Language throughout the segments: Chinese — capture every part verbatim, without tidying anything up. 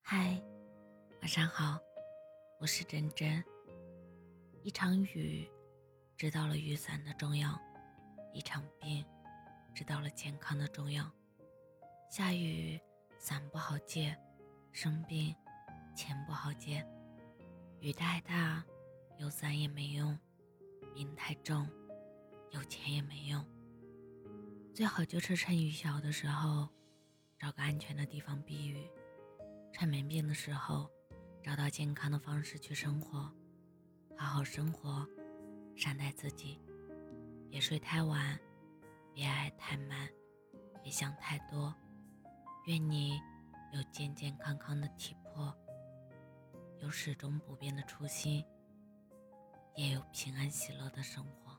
嗨，晚上好，我是真真。一场雨知道了雨伞的重要，一场病知道了健康的重要。下雨伞不好借，生病钱不好借。雨太大有伞也没用，病太重有钱也没用。最好就是趁雨小的时候找个安全的地方避雨，趁没病的时候找到健康的方式去生活，好好生活，善待自己，别睡太晚，别爱太慢，别想太多。愿你有健健康康的体魄，有始终不变的初心，也有平安喜乐的生活。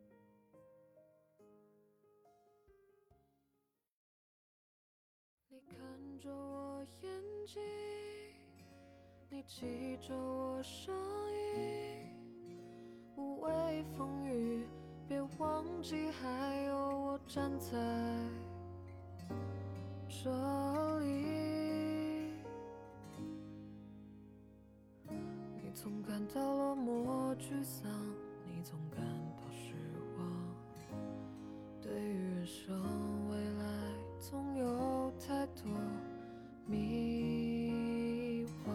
你看着我眼睛，你记着我声音，无畏风雨，别忘记还有我站在这里。你总感到落寞沮丧，你总感到失望，对于人生未来总有太多迷惘，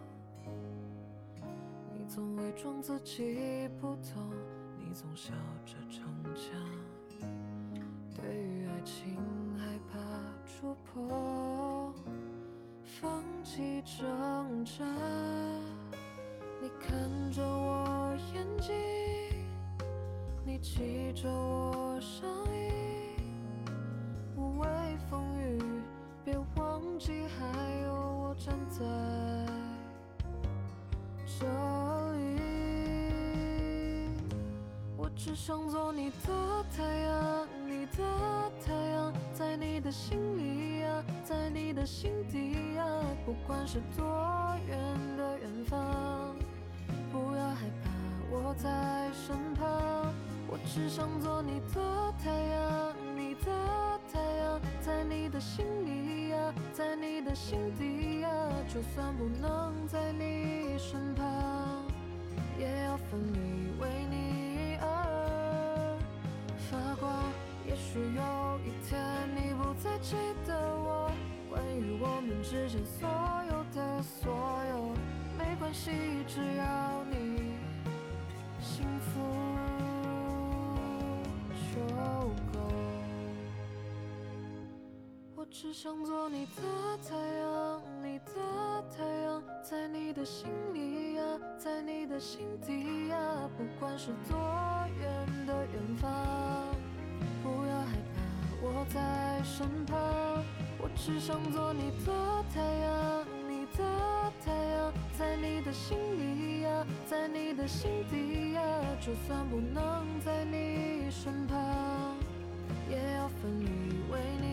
你总伪装自己不懂，你总笑着逞强，对于爱情害怕触碰，放弃挣扎。你看着我眼睛，你记着我声音，无畏风雨，别忘记还有我站在这里。我只想做你的太阳，你的太阳，在你的心里呀，在你的心底呀，不管是多远的远方，不要害怕，我在身旁。我只想做你的太阳，你的太阳，在你的心里呀，在你的心底呀，就算不能在你身旁，也要奋力为你而发光。也许有一天你不再记得我，关于我们之间所有的所有，没关系，只要你幸福就够。我只想做你的太阳，你的太阳，在你的心里呀，在你的心底呀，不管是多远的远方，不要害怕，我在身旁。我只想做你的太阳，你的太阳，在你的心里呀，在你的心底呀，就算不能在你身旁，也要奋力为你